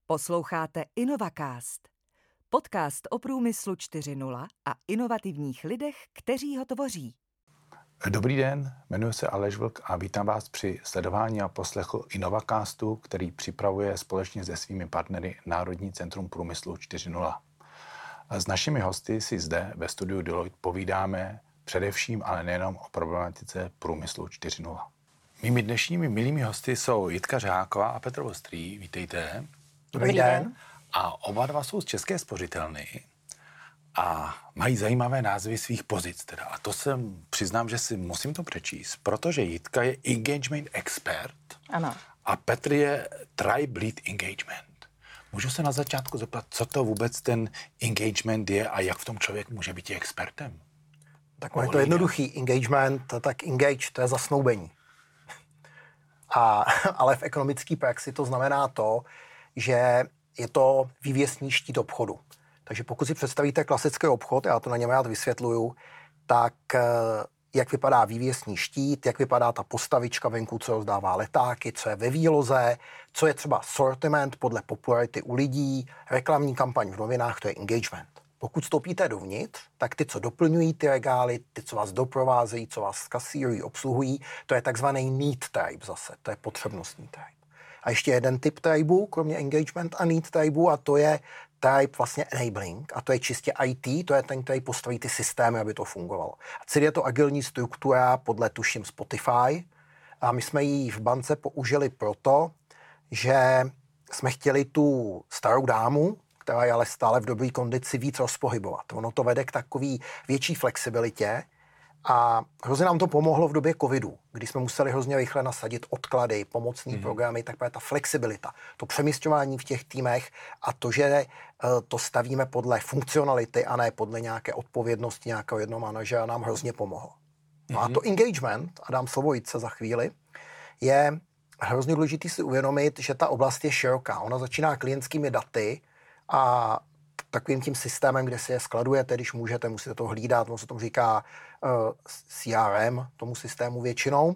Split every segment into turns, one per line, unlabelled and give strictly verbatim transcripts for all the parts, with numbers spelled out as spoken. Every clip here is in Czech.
Posloucháte InnovaCast, podcast o průmyslu čtyři tečka nula a inovativních lidech, kteří ho tvoří.
Dobrý den, jmenuji se Aleš Vlk a vítám vás při sledování a poslechu InnovaCastu, který připravuje společně se svými partnery Národní centrum průmyslu čtyři tečka nula. S našimi hosty si zde ve studiu Deloitte povídáme především, ale nejenom o problematice průmyslu čtyři tečka nula. Mými dnešními milými hosty jsou Jitka Řeháková a Petr Vostrý. Vítejte.
Dobrý den.
A oba dva jsou z České spořitelny a mají zajímavé názvy svých pozic. Teda. A to se přiznám, že si musím to přečíst, protože Jitka je engagement expert.
Ano.
A Petr je tribe lead engagement. Můžu se na začátku zeptat, co to vůbec ten engagement je a jak v tom člověk může být expertem?
Tak je to jednoduchý engagement, tak engage to je zasnoubení. A, ale v ekonomické praxi to znamená to, že je to vývěsní štít obchodu. Takže pokud si představíte klasický obchod, já to na něm rád vysvětluju, tak jak vypadá vývěsní štít, jak vypadá ta postavička venku, co rozdává letáky, co je ve výloze, co je třeba sortiment podle popularity u lidí, reklamní kampaň v novinách, to je engagement. Pokud vstoupíte dovnitř, tak ty, co doplňují ty regály, ty, co vás doprovázejí, co vás kasírují, obsluhují, to je takzvaný need tribe zase, to je potřebnostní tribe. A ještě jeden typ tribu, kromě engagement a need tribu, a to je tribe vlastně enabling, a to je čistě í té, to je ten, který postaví ty systémy, aby to fungovalo. A celý je to agilní struktura podle, tuším, Spotify, a my jsme ji v bance použili proto, že jsme chtěli tu starou dámu, která je ale stále v dobré kondici, víc rozpohybovat. Ono to vede k takový větší flexibilitě a hrozně nám to pomohlo v době covidu, kdy jsme museli hrozně rychle nasadit odklady, pomocné mm. programy, tak právě ta flexibilita, to přemísťování v těch týmech a to, že to stavíme podle funkcionality a ne podle nějaké odpovědnosti nějakého jednoho manažera, nám hrozně pomohlo. No mm. a to engagement, a dám slovo Jitce za chvíli, je hrozně důležitý si uvědomit, že ta oblast je široká. Ona začíná klientskými daty a takovým tím systémem, kde si je skladujete, když můžete, musíte to hlídat, ono se tomu říká uh, C R M, tomu systému většinou.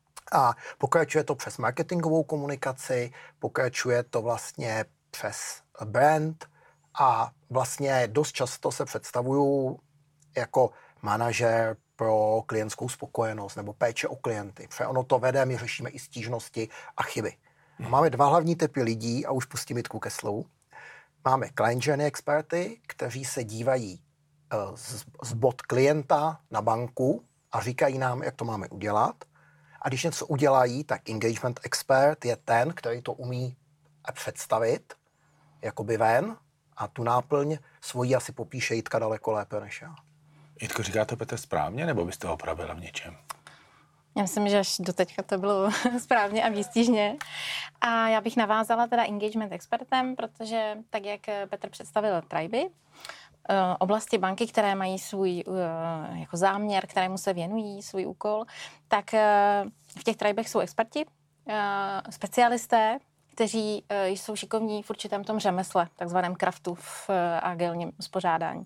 A pokračuje to přes marketingovou komunikaci, pokračuje to vlastně přes brand a vlastně dost často se představuju jako manažer pro klientskou spokojenost nebo péče o klienty. Protože ono to vede, my řešíme i stížnosti a chyby. A máme dva hlavní typy lidí a už pustím Jitku ke slovu. Máme client journey experty, kteří se dívají uh, z, z bod klienta na banku a říkají nám, jak to máme udělat. A když něco udělají, tak engagement expert je ten, který to umí představit jakoby ven a tu náplň svoji asi popíše Jitka daleko lépe než já.
Jitko, říká to Petr správně, nebo byste ho opravila v něčem?
Já myslím, že až do teďka to bylo správně a výstižně. A já bych navázala teda engagement expertem, protože tak, jak Petr představil triby, oblasti banky, které mají svůj jako záměr, kterému se věnují, svůj úkol, tak v těch tribech jsou experti, specialisté, kteří jsou šikovní v určitém tom řemesle, takzvaném craftu v agilním uspořádání.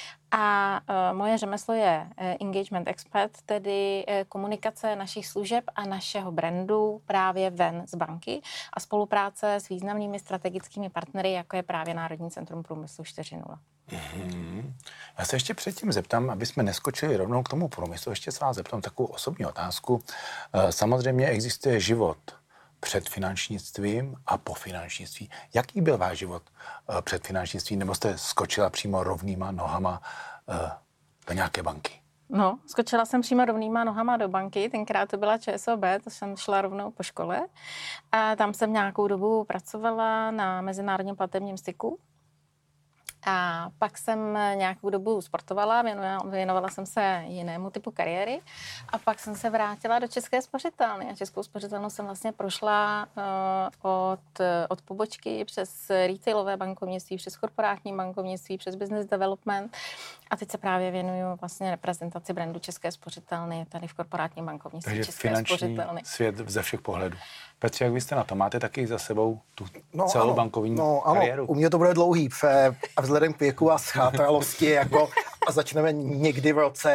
A uh, moje řemeslo je uh, engagement expert, tedy uh, komunikace našich služeb a našeho brandu právě ven z banky a spolupráce s významnými strategickými partnery, jako je právě Národní centrum průmyslu čtyři tečka nula.
Mm-hmm. Já se ještě předtím zeptám, aby jsme neskočili rovnou k tomu průmyslu, ještě se vás zeptám takovou osobní otázku. Uh, samozřejmě existuje život před finančnictvím a po finančnictví. Jaký byl váš život uh, před finančnictvím, nebo jste skočila přímo rovnýma nohama uh, do nějaké banky?
No, skočila jsem přímo rovnýma nohama do banky, tenkrát to byla ČSOB, to jsem šla rovnou po škole. A tam jsem nějakou dobu pracovala na mezinárodním platebním styku. A pak jsem nějakou dobu sportovala, věnovala jsem se jinému typu kariéry a pak jsem se vrátila do České spořitelny. A Českou spořitelnu jsem vlastně prošla uh, od, od pobočky přes retailové bankovnictví, přes korporátní bankovnictví, přes business development a teď se právě věnuju vlastně reprezentaci brandu České spořitelny tady v korporátním bankovnictví.
Takže
České
finanční
spořitelny.
Svět ze všech pohledů. Petře, jak vy jste na to? Máte taky za sebou tu
no,
celou
ano,
bankovní
no, ano,
kariéru?
U mě to bude dlouhý, pře, a vzhledem k věku a schátralosti, jako, a začneme někdy v roce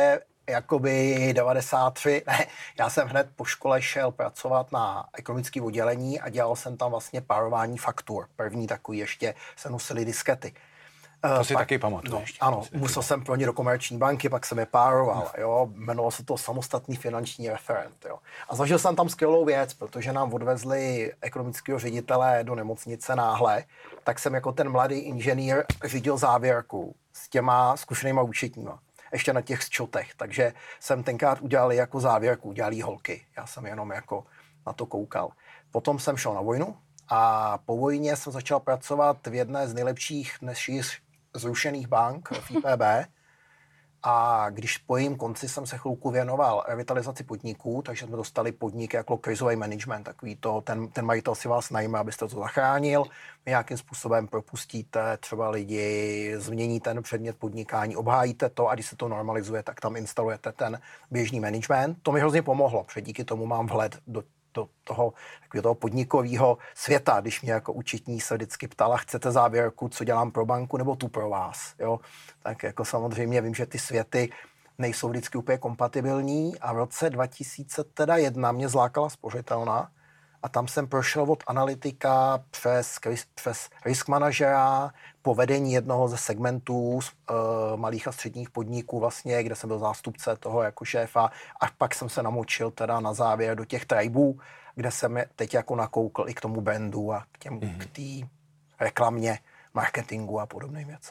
jakoby devadesát tři, ne, já jsem hned po škole šel pracovat na ekonomické oddělení a dělal jsem tam vlastně párování faktur. První takový ještě se nosily diskety.
To si pak, taky pamatuju.
No, ano, musel jsem pro ně do komerční banky, pak jsem je pároval, jo, jmenovalo se to samostatný finanční referent, jo. A zažil jsem tam skvělou věc, protože nám odvezli ekonomického ředitele do nemocnice náhle, tak jsem jako ten mladý inženýr řídil závěrku s těma zkušenýma účetníma. Ještě na těch sčotech, takže jsem tenkrát udělal jako závěrku, udělali holky, já jsem jenom jako na to koukal. Potom jsem šel na vojnu a po vojně jsem začal pracovat v jedné z nejlepších dnes zrušených bank v I P B a když po jejím konci jsem se chvilku věnoval revitalizaci podniků, takže jsme dostali podnik jako krizový management, takový to, ten, ten majitel si vás najme, abyste to zachránil, vy nějakým způsobem propustíte třeba lidi, změníte ten předmět podnikání, obhájíte to a když se to normalizuje, tak tam instalujete ten běžný management. To mi hrozně pomohlo, protože díky tomu mám vhled do do toho, toho podnikového světa, když mě jako účetní se vždycky ptala, chcete závěrku, co dělám pro banku, nebo tu pro vás, jo? Tak jako samozřejmě vím, že ty světy nejsou vždycky úplně kompatibilní a v roce dva tisíce jedna mě zlákala spořitelna a tam jsem prošel od analytika přes, přes risk manažera, po vedení jednoho ze segmentů uh, malých a středních podniků vlastně, kde jsem byl zástupce toho jako šéfa a pak jsem se namočil teda na závěr do těch tribů, kde jsem teď jako nakoukl i k tomu brandu a k těm, mm-hmm. k té reklamě, marketingu a podobným věcem.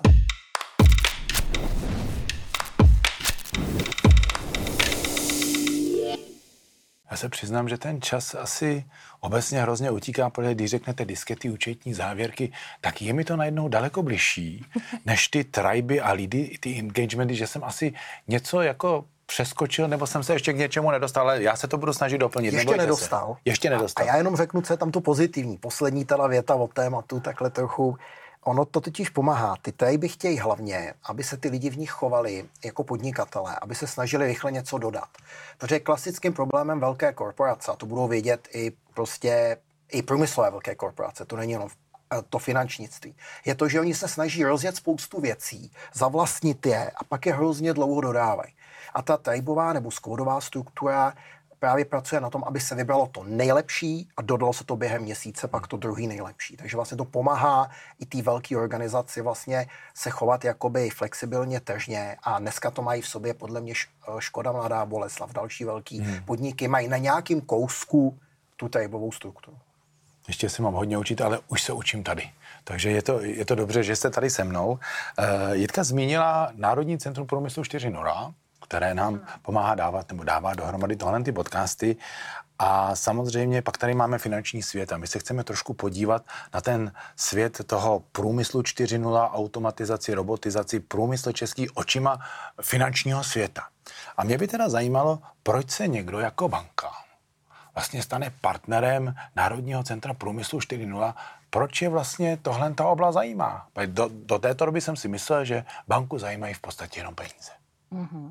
Já se přiznám, že ten čas asi obecně hrozně utíká, protože když řeknete diskety, účetní závěrky, tak je mi to najednou daleko bližší, než ty triby a lidy, ty engagementy, že jsem asi něco jako přeskočil, nebo jsem se ještě k něčemu nedostal, ale já se to budu snažit doplnit.
Ještě nedostal.
Se. Ještě nedostal.
A, a já jenom řeknu, co je tam to pozitivní. Poslední teda věta o tématu, takhle trochu. Ono to totiž pomáhá. Ty triby chtějí hlavně, aby se ty lidi v nich chovali jako podnikatelé, aby se snažili rychle něco dodat. Protože klasickým problémem velké korporace, a to budou vědět i prostě i průmyslové velké korporace, to není jenom to finančnictví, je to, že oni se snaží rozjet spoustu věcí, zavlastnit je a pak je hrozně dlouho dodávají. A ta tribová nebo skvodová struktura právě pracuje na tom, aby se vybralo to nejlepší a dodalo se to během měsíce, pak to druhý nejlepší. Takže vlastně to pomáhá i té velké organizaci vlastně se chovat jakoby flexibilně, tržně a dneska to mají v sobě podle mě Škoda, Mladá Boleslav, další velký hmm. podniky mají na nějakým kousku tu tribovou strukturu.
Ještě si mám hodně učit, ale už se učím tady. Takže je to, je to dobře, že jste tady se mnou. Uh, Jitka zmínila Národní centrum průmyslu čtyři tečka nula, které nám pomáhá dávat nebo dává dohromady tohle ty podcasty. A samozřejmě pak tady máme finanční svět a my se chceme trošku podívat na ten svět toho průmyslu čtyři tečka nula, automatizaci, robotizaci, průmysl český očima finančního světa. A mě by teda zajímalo, proč se někdo jako banka vlastně stane partnerem Národního centra průmyslu čtyři tečka nula, proč je vlastně tohle ta oblast zajímá? Do, do této doby jsem si myslel, že banku zajímají v podstatě jenom peníze. Mm-hmm.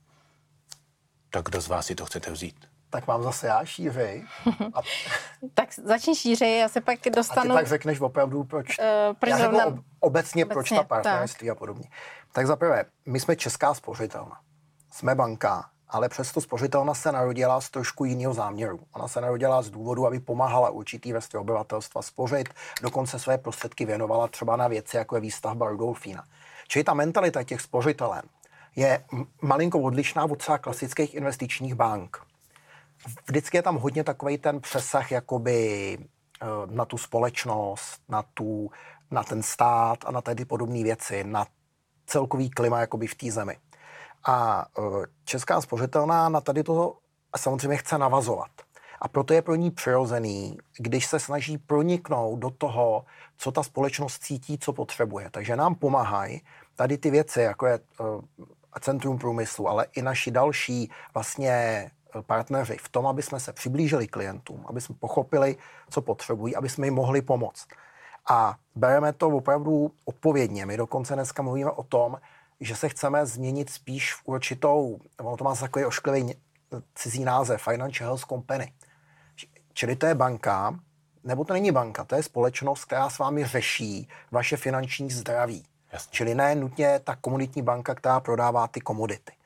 Tak kdo z vás si to chcete vzít?
Tak mám zase já šířej. A...
tak začni šířej, já se pak dostanu...
A ty pak řekneš opravdu, proč... Uh,
proč
já
zrovna...
řeknu ob, obecně, obecně, proč ta partnerství a podobně. Tak zaprvé, my jsme česká spořitelna. Jsme banka, ale přesto spořitelna se narodila z trošku jiného záměru. Ona se narodila z důvodu, aby pomáhala určitý vrstvě obyvatelstva spořit, dokonce své prostředky věnovala třeba na věci, jako je výstavba Rudolfína. Čili ta mentalita těch spořitelen je malinko odlišná od třeba klasických investičních bank. Vždycky je tam hodně takovej ten přesah jakoby na tu společnost, na, tu, na ten stát a na tady podobné věci, na celkový klima jakoby v té zemi. A česká spořitelná na tady toho samozřejmě chce navazovat. A proto je pro ní přirozený, když se snaží proniknout do toho, co ta společnost cítí, co potřebuje. Takže nám pomáhají tady ty věci, jako je Centrum průmyslu, ale i naši další vlastně partneři v tom, aby jsme se přiblížili klientům, aby jsme pochopili, co potřebují, aby jsme jim mohli pomoct. A bereme to opravdu odpovědně. My dokonce dneska mluvíme o tom, že se chceme změnit spíš v určitou, ono to má takový ošklivý cizí název, Financial Health Company. Čili to je banka, nebo to není banka, to je společnost, která s vámi řeší vaše finanční zdraví. Jasně. Čili ne nutně ta komunitní banka, která prodává ty komodity.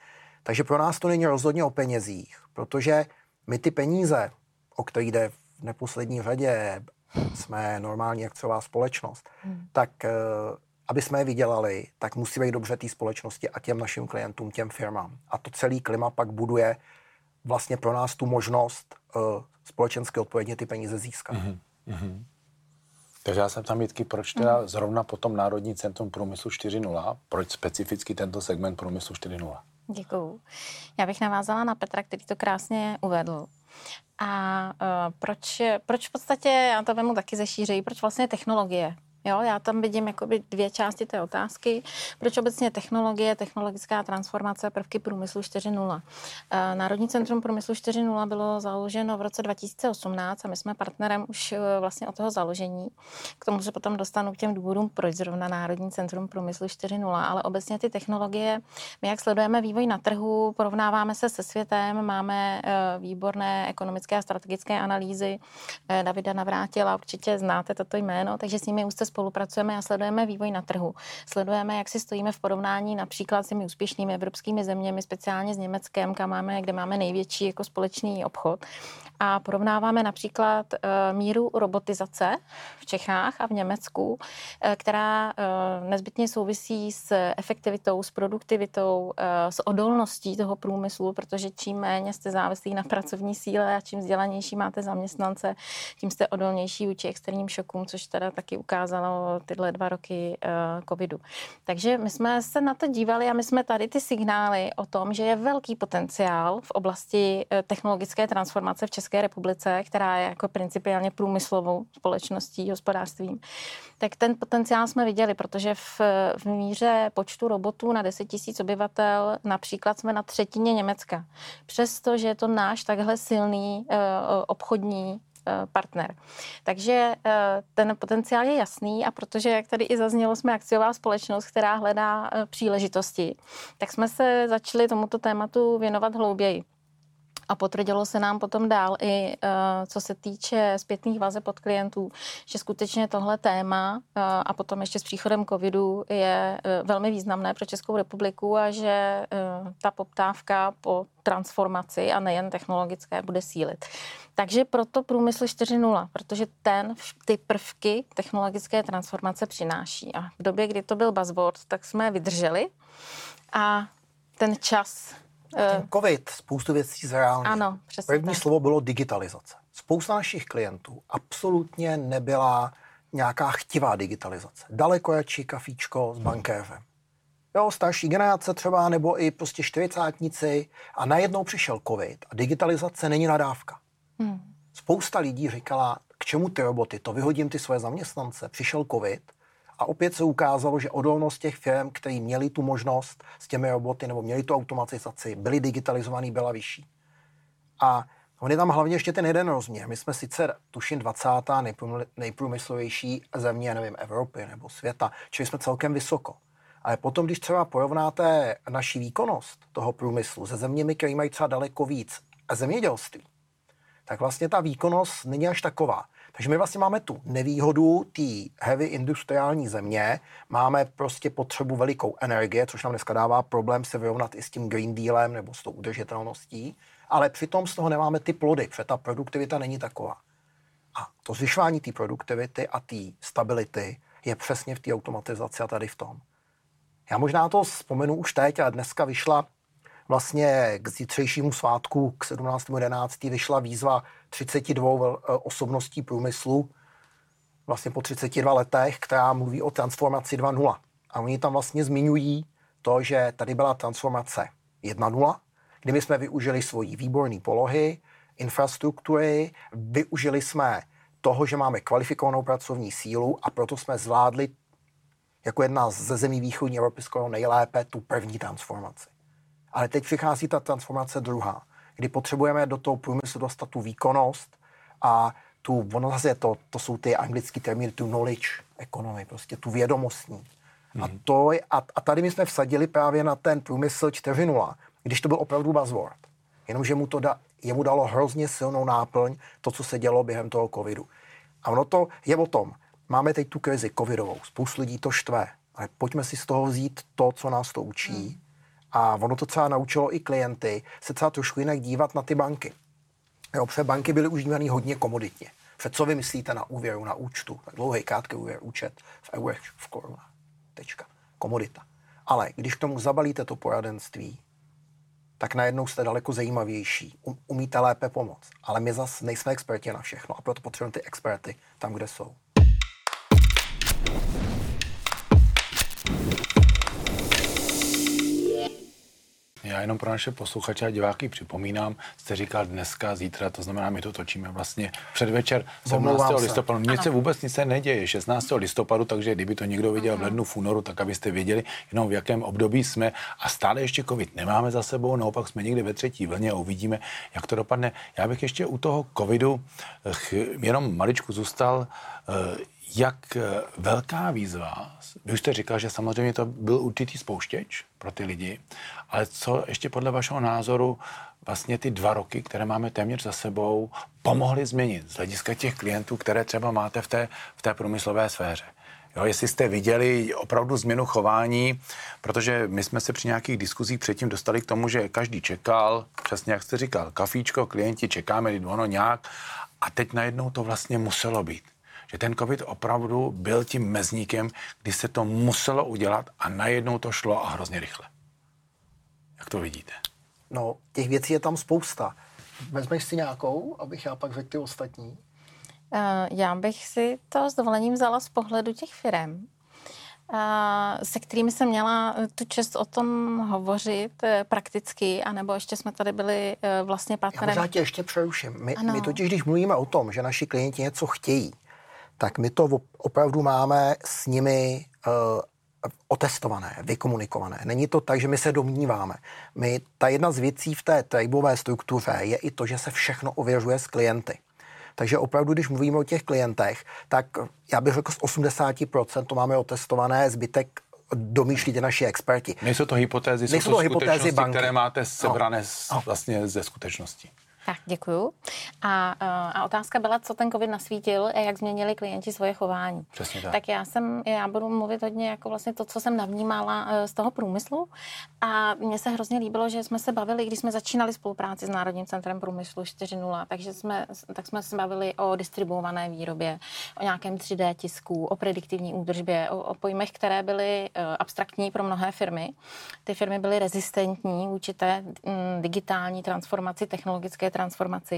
Takže pro nás to není rozhodně o penězích, protože my ty peníze, o které jde v neposlední řadě, jsme normální akciová společnost, hmm. tak aby jsme je vydělali, tak musí být dobře té společnosti a těm našim klientům, těm firmám. A to celý klima pak buduje vlastně pro nás tu možnost uh, společensky odpovědně ty peníze získat. Mm-hmm. Mm-hmm.
Takže já jsem tam Jitky, proč teda mm. zrovna potom Národní centrum průmyslu čtyři nula, proč specificky tento segment průmyslu čtyři nula?
Děkuju. Já bych navázala na Petra, který to krásně uvedl. A uh, proč, proč v podstatě, já to vemu taky ze šířeji, proč vlastně technologie? Jo, já tam vidím jakoby dvě části té otázky. Proč obecně technologie, technologická transformace, prvky průmyslu čtyři nula? Národní centrum průmyslu čtyři nula bylo založeno v roce dva tisíce osmnáct a my jsme partnerem už vlastně od toho založení. K tomu se potom dostanu k těm důvodům, proč zrovna Národní centrum průmyslu čtyři nula, ale obecně ty technologie, my jak sledujeme vývoj na trhu, porovnáváme se se světem, máme výborné ekonomické a strategické analýzy. Davida Navrátila, určitě znáte toto jméno, takže s nimi úzce spolupracujeme a sledujeme vývoj na trhu. Sledujeme, jak si stojíme v porovnání například s těmi úspěšnými evropskými zeměmi, speciálně s Německem, kam máme, kde máme největší jako společný obchod. A porovnáváme například uh, míru robotizace v Čechách a v Německu, uh, která uh, nezbytně souvisí s efektivitou, s produktivitou, uh, s odolností toho průmyslu, protože čím méně jste závislí na pracovní síle a čím vzdělanější máte zaměstnance, tím jste odolnější vůči externím šokům, což teda taky ukázalo tyhle dva roky uh, covidu. Takže my jsme se na to dívali a my jsme tady ty signály o tom, že je velký potenciál v oblasti uh, technologické transformace v České republice, která je jako principiálně průmyslovou společností, hospodářstvím. Tak ten potenciál jsme viděli, protože v, v míře počtu robotů na deset tisíc obyvatel například jsme na třetině Německa. Přestože je to náš takhle silný uh, obchodní partner. Takže ten potenciál je jasný a protože, jak tady i zaznělo, jsme akciová společnost, která hledá příležitosti, tak jsme se začali tomuto tématu věnovat hlouběji. A potvrdilo se nám potom dál i co se týče zpětných vazeb od klientů, že skutečně tohle téma a potom ještě s příchodem covidu je velmi významné pro Českou republiku a že ta poptávka po transformaci a nejen technologické bude sílit. Takže proto průmysl čtyři nula, protože ten ty prvky technologické transformace přináší. A v době, kdy to byl buzzword, tak jsme vydrželi a ten čas...
Ten COVID spoustu věcí zreálně.
Ano, přesně
První
tak.
slovo bylo digitalizace. Spousta našich klientů absolutně nebyla nějaká chtivá digitalizace. Daleko radši kafíčko s bankéřem. Jo, starší generace třeba, nebo i prostě čtyřicátníci a najednou přišel COVID a digitalizace není nadávka. Hmm. Spousta lidí říkala, k čemu ty roboty, to vyhodím ty svoje zaměstnance. Přišel COVID a opět se ukázalo, že odolnost těch firm, které měly tu možnost s těmi roboty nebo měly tu automatizaci, byly digitalizovaný, byla vyšší. A on je tam hlavně ještě ten jeden rozměr. My jsme sice tuším dvacátá nejprůmyslovější země, nevím, Evropy nebo světa, čili jsme celkem vysoko. Ale potom, když třeba porovnáte naši výkonnost toho průmyslu se zeměmi, které mají třeba daleko víc zemědělství, tak vlastně ta výkonnost není až taková. Takže my vlastně máme tu nevýhodu té heavy industriální země, máme prostě potřebu velikou energie, což nám dneska dává problém se vyrovnat i s tím Green Dealem nebo s tou udržitelností, ale přitom z toho nemáme ty plody, protože ta produktivita není taková. A to zvyšování té produktivity a té stability je přesně v té automatizaci a tady v tom. Já možná to vzpomenu už teď, a dneska vyšla vlastně k zítřejšímu svátku, k sedmnáctému jedenáctému vyšla výzva třicet dva osobností průmyslu, vlastně po třiceti dvou letech, která mluví o transformaci dva nula. A oni tam vlastně zmiňují to, že tady byla transformace jedna nula, kdy my jsme využili svoji výborné polohy, infrastruktury, využili jsme toho, že máme kvalifikovanou pracovní sílu a proto jsme zvládli jako jedna ze zemí východní Evropy skoro nejlépe tu první transformaci. Ale teď přichází ta transformace druhá, kdy potřebujeme do toho průmyslu dostat tu výkonnost a tu, ono zase to, to jsou ty anglické termíny, tu knowledge economy, prostě tu vědomostní. Mm. A, to je, a, a tady my jsme vsadili právě na ten průmysl čtyři nula, když to byl opravdu buzzword. Jenomže mu to da, jemu dalo hrozně silnou náplň to, co se dělo během toho covidu. A ono to je o tom, máme teď tu krizi covidovou, spoustu lidí to štve, ale pojďme si z toho vzít to, co nás to učí. Mm. A ono to třeba naučilo i klienty se třeba trošku jinak dívat na ty banky. Jo, protože banky byly užívané hodně komoditně. Před co vy myslíte na úvěru, na účtu? Tak dlouhý, krátký úvěr, účet v eurech, v korunách. Tečka. Komodita. Ale když k tomu zabalíte to poradenství, tak najednou jste daleko zajímavější. Umíte lépe pomoct. Ale my zase nejsme experti na všechno a proto potřebujeme ty experty tam, kde jsou.
Já jenom pro naše posluchače a diváky připomínám, jste říkal dneska, zítra, to znamená, my to točíme vlastně předvečer sedmnáctého listopadu. Nic se vůbec nic se neděje, šestnáctého listopadu, takže kdyby to někdo viděl v lednu, v únoru, tak abyste věděli, jenom v jakém období jsme a stále ještě covid nemáme za sebou, naopak jsme někde ve třetí vlně a uvidíme, jak to dopadne. Já bych ještě u toho covidu jenom maličku zůstal. Jak velká výzva, vy už jste říkal, že samozřejmě to byl určitý spouštěč pro ty lidi, ale co ještě podle vašeho názoru vlastně ty dva roky, které máme téměř za sebou, pomohly změnit z hlediska těch klientů, které třeba máte v té, v té průmyslové sféře? Jo, jestli jste viděli opravdu změnu chování, protože my jsme se při nějakých diskuzích předtím dostali k tomu, že každý čekal, přesně jak jste říkal, kafíčko, klienti čekáme, ono nějak a teď najednou to vlastně muselo být. Že ten covid opravdu byl tím mezníkem, kdy se to muselo udělat a najednou to šlo a hrozně rychle. Jak to vidíte?
No, těch věcí je tam spousta. Vezmeš si nějakou, abych já pak řekl ty ostatní?
Uh, já bych si to s dovolením vzala z pohledu těch firem, uh, se kterými jsem měla tu čest o tom hovořit uh, prakticky, anebo ještě jsme tady byli uh, vlastně partnerem.
Já možná tě ještě přeruším. My, my totiž, když mluvíme o tom, že naši klienti něco chtějí, tak my to opravdu máme s nimi uh, otestované, vykomunikované. Není to tak, že my se domníváme. My, ta jedna z věcí v té tribové struktuře je i to, že se všechno ověřuje s klienty. Takže opravdu, když mluvíme o těch klientech, tak já bych řekl z osmdesát procent to máme otestované, zbytek domýšlíte naši experti.
Nejsou to hypotézy, jsou to, to hypotézy banky, které máte sebrané no. vlastně ze skutečnosti.
Tak, děkuju. A, a otázka byla, co ten covid nasvítil a jak změnili klienti svoje chování.
Přesně tak.
Tak já jsem, já budu mluvit hodně jako vlastně to, co jsem navnímala z toho průmyslu a mně se hrozně líbilo, že jsme se bavili, když jsme začínali spolupráci s Národním centrem průmyslu čtyři tečka nula, takže jsme, tak jsme se bavili o distribuované výrobě, o nějakém tři dé tisku, o prediktivní údržbě, o, o pojmech, které byly uh, abstraktní pro mnohé firmy. Ty firmy byly rezistentní vůči té um, digitální transformaci, technologické transformaci.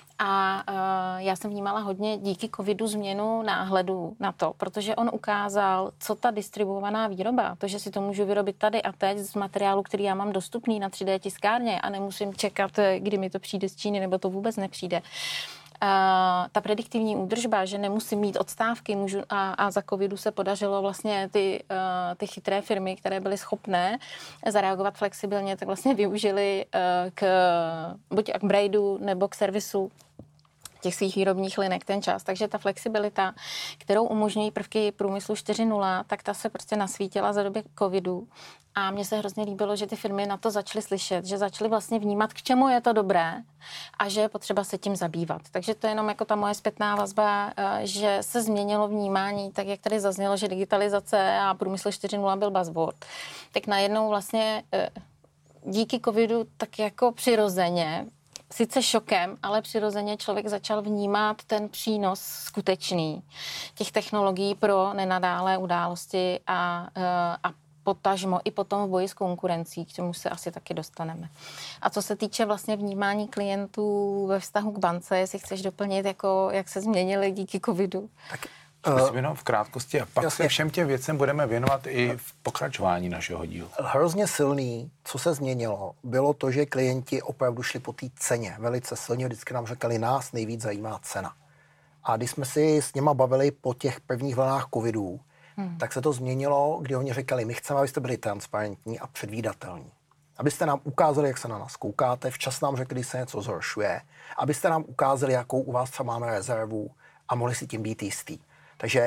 A uh, já jsem vnímala hodně díky covidu změnu náhledu na to, protože on ukázal, co ta distribuovaná výroba, to, že si to můžu vyrobit tady a teď z materiálu, který já mám dostupný na tři dé tiskárně a nemusím čekat, kdy mi to přijde z Číny, nebo to vůbec nepřijde. Uh, ta prediktivní údržba, že nemusím mít odstávky, můžu, a, a za covidu se podařilo vlastně ty, uh, ty chytré firmy, které byly schopné zareagovat flexibilně, tak vlastně využili uh, k buď k braidu nebo k servisu těch svých výrobních linek ten čas. Takže ta flexibilita, kterou umožňují prvky průmyslu čtyři tečka nula, tak ta se prostě nasvítila za době covidu. A mně se hrozně líbilo, že ty firmy na to začaly slyšet, že začaly vlastně vnímat, k čemu je to dobré a že je potřeba se tím zabývat. Takže to je jenom jako ta moje zpětná vazba, že se změnilo vnímání, tak jak tady zaznělo, že digitalizace a průmysl čtyři tečka nula byl buzzword. Tak najednou vlastně díky covidu tak jako přirozeně, sice šokem, ale přirozeně člověk začal vnímat ten přínos skutečný těch technologií pro nenadálé události a, a potažmo i potom v boji s konkurencí, k čemu se asi taky dostaneme. A co se týče vlastně vnímání klientů ve vztahu k bance, jestli chceš doplnit, jako, jak se změnili díky covidu?
Tak Myslím jenom v krátkosti a pak se všem těm věcem budeme věnovat i v pokračování našeho dílu.
Hrozně silný, co se změnilo, bylo to, že klienti opravdu šli po té ceně. Velice silně vždycky nám řekli, nás nejvíc zajímá cena. A když jsme si s něma bavili po těch prvních vlnách covidů, hmm. tak se to změnilo, kdy oni říkali, my chceme, abyste byli transparentní a předvídatelní. Abyste nám ukázali, jak se na nás koukáte, včas nám řekli, když se něco zhoršuje, abyste nám ukázali, jakou u vás třeba máme rezervu a mohli si tím být jistý. Takže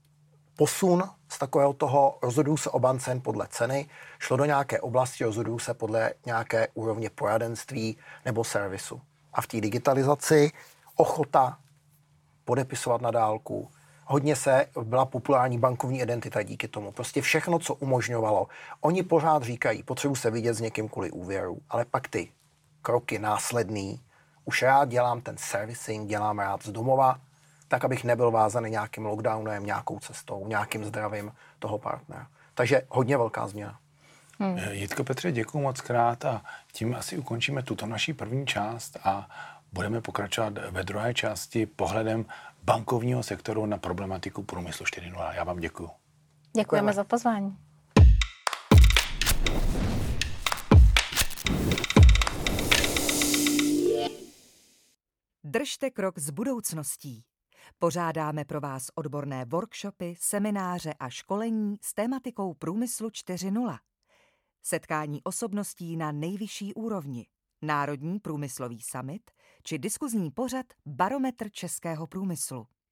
posun z takového toho rozhoduju se o bance podle ceny, šlo do nějaké oblasti, rozhoduju se podle nějaké úrovně poradenství nebo servisu. A v té digitalizaci ochota podepisovat na dálku, Hodně se byla populární bankovní identita díky tomu. Prostě všechno, co umožňovalo. Oni pořád říkají, potřebuji se vidět s někým kvůli úvěru, ale pak ty kroky následný, už rád dělám ten servicing, dělám rád z domova, tak, abych nebyl vázaný nějakým lockdownem, nějakou cestou, nějakým zdravím toho partnera. Takže hodně velká změna.
Hmm. Jitko, Petře, děkuji moc krát a tím asi ukončíme tuto naší první část a budeme pokračovat ve druhé části pohledem bankovního sektoru na problematiku průmyslu čtyři tečka nula. Já vám děkuji.
Děkujeme, Děkujeme za pozvání.
Držte krok s budoucností. Pořádáme pro vás odborné workshopy, semináře a školení s tématikou průmyslu čtyři tečka nula. Setkání osobností na nejvyšší úrovni, Národní průmyslový summit či diskuzní pořad Barometr českého průmyslu.